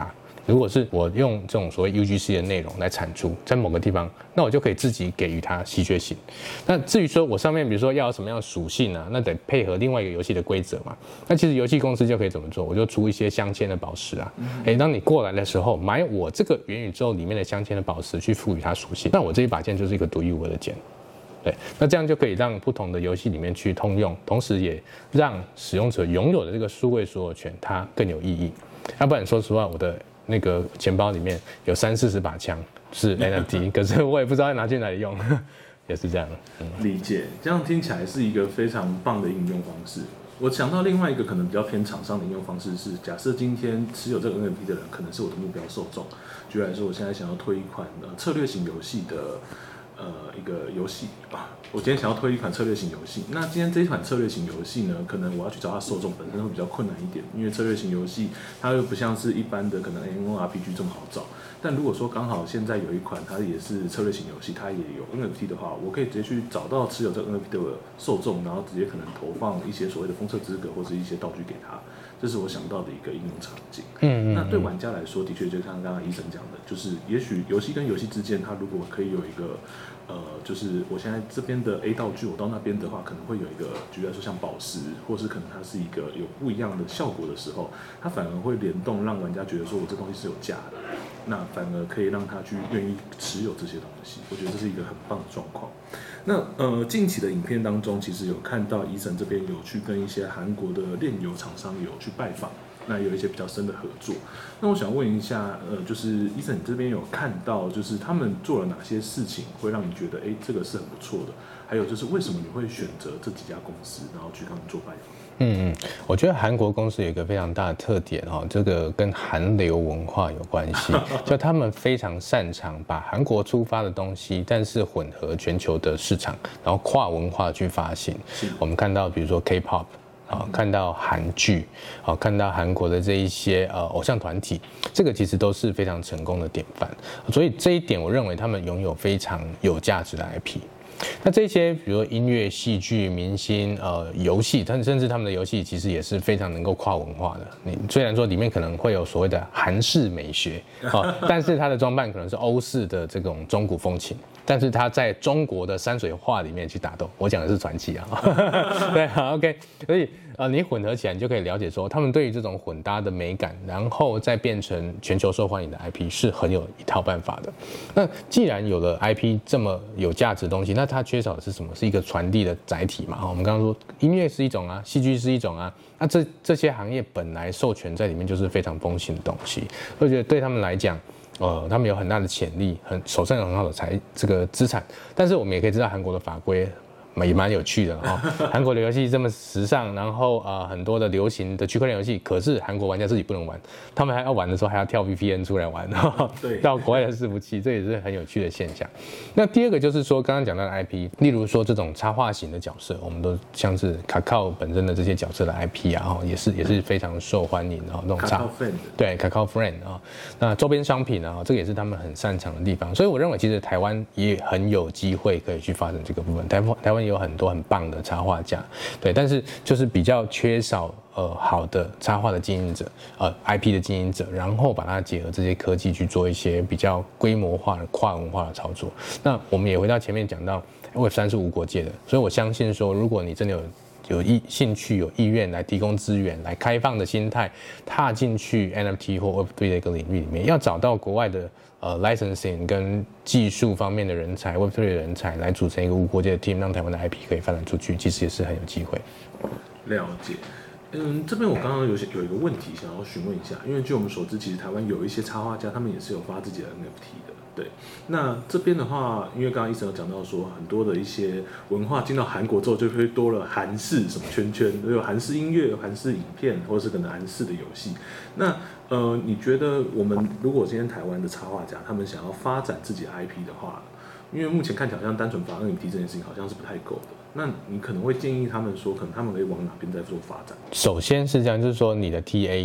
如果是我用这种所谓 U G C 的内容来产出，在某个地方，那我就可以自己给予它稀缺性。那至于说我上面比如说要有什么样的属性啊，那得配合另外一个游戏的规则嘛。那其实游戏公司就可以怎么做？我就出一些镶嵌的宝石啊，哎、欸，当你过来的时候，买我这个元宇宙里面的镶嵌的宝石去赋予它属性，那我这一把剑就是一个独一无二的剑。对，那这样就可以让不同的游戏里面去通用，同时也让使用者拥有的这个数位所有权它更有意义。要不然说实话，我的那个钱包里面有三四十把枪是 N F T， 可是我也不知道要拿去哪里用，也是这样的。嗯， 理解，这样听起来是一个非常棒的应用方式。我想到另外一个可能比较偏厂商的应用方式是，假设今天持有这个 N F T 的人可能是我的目标受众，举例来说，我现在想要推一款呃策略型游戏的。呃，一个游戏啊，我今天想要推一款策略型游戏。那今天这一款策略型游戏呢，可能我要去找它受众本身会比较困难一点，因为策略型游戏它又不像是一般的可能 M M O R P G 这么好找。但如果说刚好现在有一款它也是策略型游戏，它也有 N F T 的话，我可以直接去找到持有这个 N F T 的受众，然后直接可能投放一些所谓的封测资格或是一些道具给他。这是我想到的一个应用场景。嗯, 嗯, 嗯，那对玩家来说，的确就像刚刚医生讲的，就是也许游戏跟游戏之间，它如果可以有一个，呃，就是我现在这边的 A 道具，我到那边的话，可能会有一个，举例来说像宝石，或是可能它是一个有不一样的效果的时候，它反而会联动，让玩家觉得说我这东西是有价的，那反而可以让他去愿意持有这些东西。我觉得这是一个很棒的状况。那呃，近期的影片当中，其实有看到医生这边有去跟一些韩国的炼油厂商有去拜访，那有一些比较深的合作。那我想问一下，呃，就是医生你这边有看到，就是他们做了哪些事情会让你觉得，哎，这个是很不错的？还有就是为什么你会选择这几家公司，然后去他们做拜访？ 嗯嗯，我觉得韩国公司有一个非常大的特点哈，这个跟韩流文化有关系，就他们非常擅长把韩国出发的东西，但是混合全球的市场，然后跨文化去发行。我们看到比如说 K-pop。啊，看到韩剧，啊，看到韩国的这一些呃偶像团体，这个其实都是非常成功的典范。所以这一点，我认为他们拥有非常有价值的 I P。那这些，比如说音乐、戏剧、明星、呃游戏，但甚至他们的游戏其实也是非常能够跨文化的。你虽然说里面可能会有所谓的韩式美学啊，但是它的装扮可能是欧式的这种中古风情。但是他在中国的山水画里面去打斗，我讲的是传奇啊，对，好 ，OK， 所以呃，你混合起来，你就可以了解说，他们对于这种混搭的美感，然后再变成全球受欢迎的 I P 是很有一套办法的。那既然有了 I P 这么有价值的东西，那它缺少的是什么？是一个传递的载体嘛？我们刚刚说音乐是一种啊，戏剧是一种啊，那这这些行业本来授权在里面就是非常风行的东西，我觉得对他们来讲。呃，他们有很大的潜力，很手上有很好的财这个资产，但是我们也可以知道韩国的法规也蛮有趣的哈。韩国的游戏这么时尚，然后啊、呃、很多的流行的区块链游戏，可是韩国玩家自己不能玩，他们还要玩的时候还要跳 V P N 出来玩，对，到国外的伺服器，这也是很有趣的现象。那第二个就是说，刚刚讲到的 I P， 例如说这种插画型的角色，我们都像是卡靠本身的这些角色的 I P 啊，也是也是非常受欢迎的那种插，对，卡靠 friend 啊，那周边商品啊，这个也是他们很擅长的地方。所以我认为，其实台湾也很有机会可以去发展这个部分。台湾台湾也有很多很棒的插画家，对，但是就是比较缺少呃好的插画的经营者，呃 I P 的经营者，然后把它结合这些科技去做一些比较规模化的跨文化的操作。那我们也回到前面讲到 Web 三是无国界的，所以我相信说，如果你真的有有意兴趣、有意愿来提供资源、来开放的心态，踏进去 N F T 或 Web 三的一个领域里面，要找到国外的呃 licensing 跟技术方面的人才、Web 三的人才，来组成一个无国界的 team， 让台湾的 I P 可以发展出去，其实也是很有机会。 了解。嗯，这边我刚刚有有一个问题想要询问一下，因为据我们所知，其实台湾有一些插画家，他们也是有发自己的 N F T 的。对，那这边的话，因为刚刚医生有讲到说，很多的一些文化进到韩国之后，就会多了韩式什么圈圈，有韩式音乐、有韩式影片，或者是可能韩式的游戏。那呃，你觉得我们如果今天台湾的插画家，他们想要发展自己的 I P 的话，因为目前看起来好像单纯发 N F T 这件事情好像是不太够的。那你可能会建议他们说，可能他们可以往哪边再做发展？ 首先是这样，就是说你的 T A。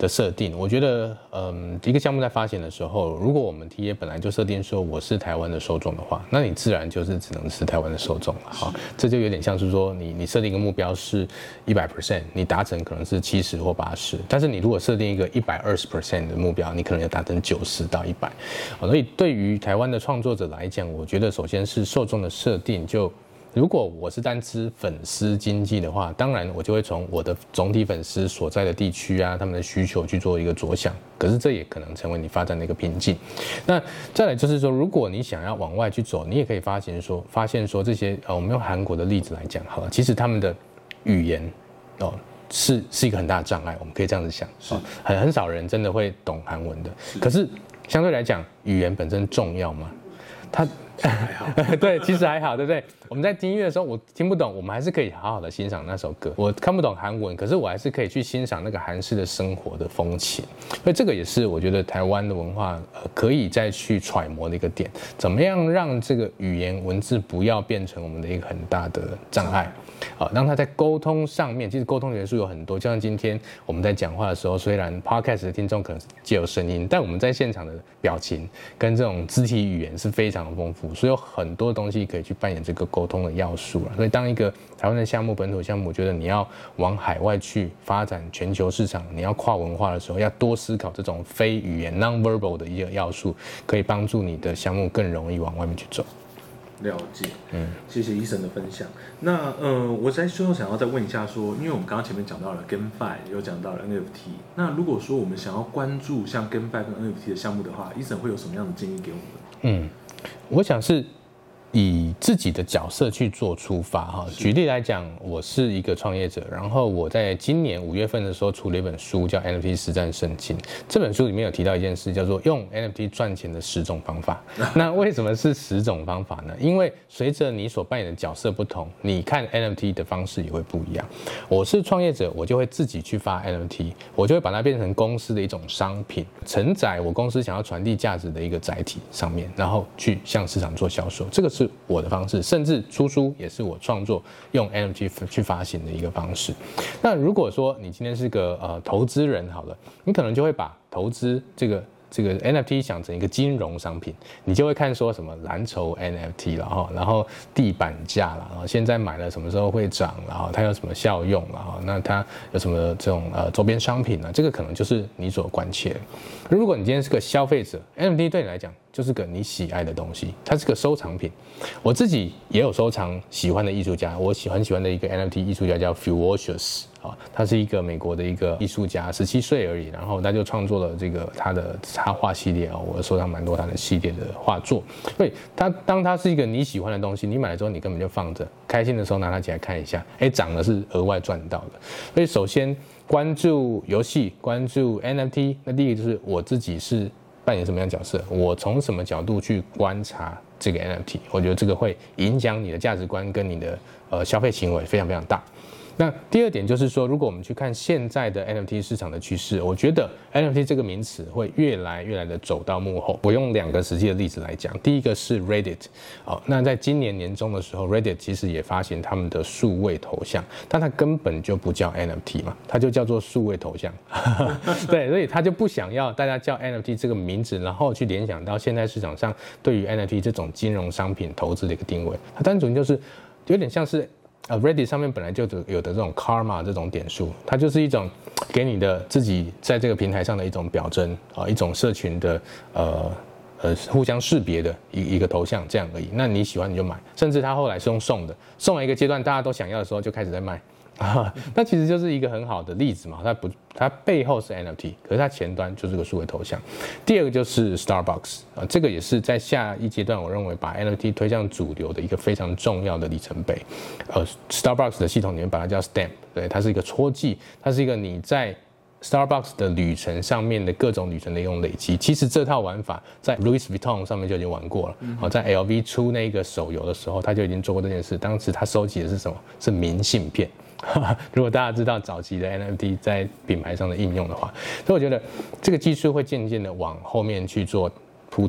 的设定，我觉得，嗯，一个项目在发行的时候，如果我们 T A 本来就设定说我是台湾的受众的话，那你自然就是只能是台湾的受众了哈。这就有点像是说你你设定一个目标是一百 percent， 你达成可能是七十或八十，但是你如果设定一个一百二十 percent 的目标，你可能要达成九十到一百。所以对于台湾的创作者来讲，我觉得首先是受众的设定就。如果我是单吃粉丝经济的话，当然我就会从我的总体粉丝所在的地区啊，他们的需求去做一个着想。可是这也可能成为你发展的一个瓶颈。那再来就是说，如果你想要往外去走，你也可以发现说，发现说这些呃，我们用韩国的例子来讲好了，其实他们的语言哦是是一个很大的障碍，我们可以这样子想，是很很少人真的会懂韩文的。可是相对来讲，语言本身重要吗？它还好， 对，其实还好，对不对？我们在听音乐的时候，我听不懂，我们还是可以好好的欣赏那首歌。我看不懂韩文，可是我还是可以去欣赏那个韩式的生活的风情。所以这个也是我觉得台湾的文化呃可以再去揣摩的一个点，怎么样让这个语言文字不要变成我们的一个很大的障碍。啊，让他在沟通上面，其实沟通元素有很多，就像今天我们在讲话的时候，虽然 podcast 的听众可能藉由声音，但我们在现场的表情跟这种肢体语言是非常的丰富，所以有很多东西可以去扮演这个沟通的要素了。所以当一个台湾的项目、本土项目，我觉得你要往海外去发展全球市场，你要跨文化的时候，要多思考这种非语言 non-verbal 的一个要素，可以帮助你的项目更容易往外面去走。 了解，嗯，谢谢医生的分享。那呃，我在最后想要再问一下说，因为我们刚刚前面讲到了 GameFi， 又讲到了 N F T， 那如果说我们想要关注像 GameFi 跟 N F T 的项目的话，医生会有什么样的建议给我们？ 嗯，我想是以自己的角色去做出发哈。举例来讲，我是一个创业者，然后我在今年五月份的时候出了一本书，叫《N F T 实战圣经》。这本书里面有提到一件事，叫做用 N F T 赚钱的十种方法。那为什么是十种方法呢？因为随着你所扮演的角色不同，你看 N F T 的方式也会不一样。我是创业者，我就会自己去发 N F T， 我就会把它变成公司的一种商品，承载我公司想要传递价值的一个载体上面，然后去向市场做销售。这个是我的方式，甚至出书也是我创作用 N F T 去发行的一个方式。那如果说你今天是个呃投资人好了，你可能就会把投资这个这个 N F T 想成一个金融商品，你就会看说什么蓝筹 N F T 了哈，然后地板价了，然后现在买了什么时候会涨，然后它有什么效用了哈，那它有什么这种呃周边商品呢？这个可能就是你所关切的。如果你今天是个消费者 ，N F T 对你来讲就是个你喜爱的东西，它是个收藏品。我自己也有收藏喜欢的艺术家，我喜欢喜欢的一个 N F T 艺术家叫 Fuocious。啊，他是一个美国的一个艺术家，十七岁而已，然后他就创作了这个他的插画系列啊，我收藏蛮多他的系列的画作。所以他当他是一个你喜欢的东西，你买了之后你根本就放着，开心的时候拿它起来看一下，哎，涨了是额外赚到的。所以首先关注游戏，关注 N F T， 那第一个就是我自己是扮演什么样的角色，我从什么角度去观察这个 N F T， 我觉得这个会影响你的价值观跟你的呃消费行为非常非常大。那第二点就是说，如果我们去看现在的 N F T 市场的趋势，我觉得 N F T 这个名词会越来越来的走到幕后。我用两个实际的例子来讲，第一个是 Reddit， 哦，那在今年年中的时候 ，Reddit 其实也发行他们的数位头像，但它根本就不叫 N F T 嘛，它就叫做数位头像，对，所以他就不想要大家叫 N F T 这个名字，然后去联想到现在市场上对于 N F T 这种金融商品投资的一个定位，它单纯就是有点像是。呃 ，Reddit 上面本来就有的这种 Karma 这种点数，它就是一种给你的自己在这个平台上的一种表征啊，一种社群的呃呃互相识别的一一个头像这样而已。那你喜欢你就买，甚至它后来是用送的，送了一个阶段大家都想要的时候就开始在卖。啊，那其实就是一个很好的例子嘛，它不，它背后是 N F T， 可是它前端就是个数位头像。第二个就是 Starbucks 啊，这个也是在下一阶段，我认为把 N F T 推向主流的一个非常重要的里程碑。呃 ，Starbucks 的系统里面把它叫 Stamp， 对，它是一个戳记，它是一个你在 Starbucks 的旅程上面的各种旅程的一种累积。其实这套玩法在 Louis Vuitton 上面就已经玩过了。好，在 L V 出那个手游的时候，他就已经做过这件事。当时他收集的是什么？是明信片。如果大家知道早期的 N F T 在品牌上的应用的话，所以我觉得这个技术会渐渐的往后面去做铺垫。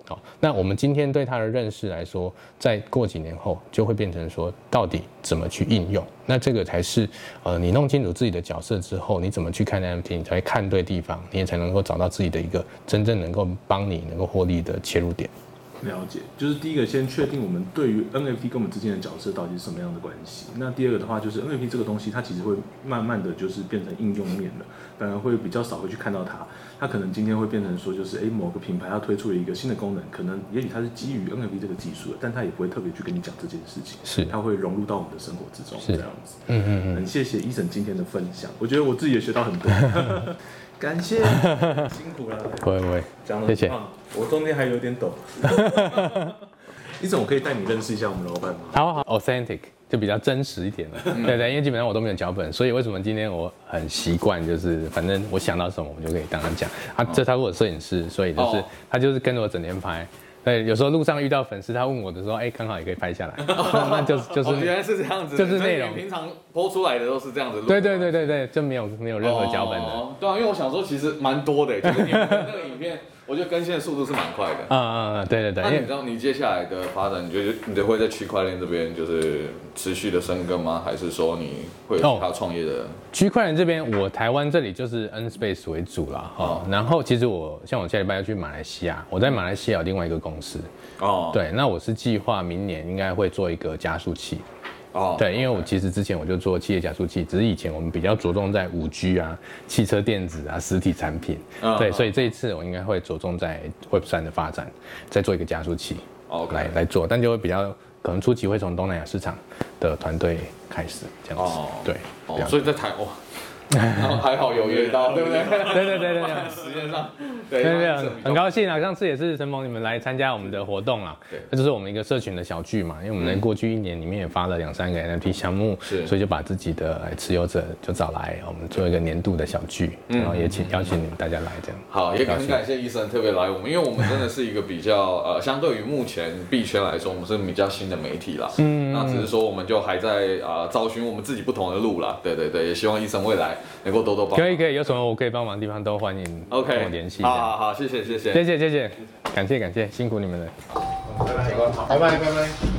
好，那我们今天对它的认识来说，在过几年后就会变成说，到底怎么去应用？那这个才是呃，你弄清楚自己的角色之后，你怎么去看 N F T， 你才会看对地方，你也才能够找到自己的一个真正能够帮你能够获利的切入点。 了解，就是第一个先确定我们对于 N F T 跟我们之间的角色到底是什么样的关系。那第二个的话，就是 N F T 这个东西，它其实会慢慢的就是变成应用面了，当然会比较少会去看到它。它可能今天会变成说，就是哎某个品牌它推出了一个新的功能，可能也许它是基于 N F T 这个技术的，但它也不会特别去跟你讲这件事情， 是它会融入到我们的生活之中，这样子。 嗯嗯嗯， 很谢谢Eason今天的分享，我觉得我自己也学到很多。感谢，辛苦了。 不会不会， 讲得谢谢。 我中间还有点抖。Eason，我可以带你认识一下我们老板吗？ 好好 ，authentic 就比较真实一点了。嗯、对对，因为基本上我都没有脚本，所以为什么今天我很习惯，就是反正我想到什么，我就可以当然讲。啊，这他是我的摄影师，所以就是、哦、他就是跟着我整天拍。对，有时候路上遇到粉丝，他问我的时候，哎，刚好也可以拍下来，那就是就是、 哦、原来是这样子， 就是内容。 平常播出来的都是这样子录。 对对对对对，就没有没有任何脚本的。 哦，对啊，因为我想说，其实蛮多的，就是你们那个影片，我觉得更新的速度是蛮快的。 嗯嗯嗯，对对对。 那你知道你接下来的发展，你觉得你会在区块链这边就是持续的深耕吗？还是说你会有其他创业的？哦、 区块链这边，我台湾这里就是 N Space 为主啦，哈、哦。然后其实我像我下礼拜要去马来西亚，我在马来西亚有另外一个公司。哦，对，那我是计划明年应该会做一个加速器。哦，对，因为我其实之前我就做企业加速器，只是以前我们比较着重在五 G 啊、汽车电子啊、实体产品。哦、对，所以这一次我应该会着重在 Web 三的发展，再做一个加速器，哦、来来做，但就会比较可能初期会从东南亚市场的团队开始这样子。哦，对， 哦，所以在台哇。还好有约到，对不对？ 对对对对对， 时间上， 对对对，很高兴啊！上次也是陈鹏你们来参加我们的活动啦，对，这就是我们一个社群的小聚嘛，因为我们在过去一年里面也发了两三个 N F T 项目，是，所以就把自己的持有者就找来，我们做一个年度的小聚，然后也请邀请你们大家来这样。 好，也很感谢Eason特别来我们，因为我们真的是一个比较呃，相对于目前币圈来说，我们是比较新的媒体啦，嗯，那只是说我们就还在啊找寻我们自己不同的路啦，对对对，也希望Eason未来能够多多帮忙。 可以可以，有什么我可以帮忙的地方都欢迎 OK 跟我联系。 好好好，谢谢谢谢谢谢谢谢，感谢感谢，辛苦你们了。 拜拜拜拜拜拜。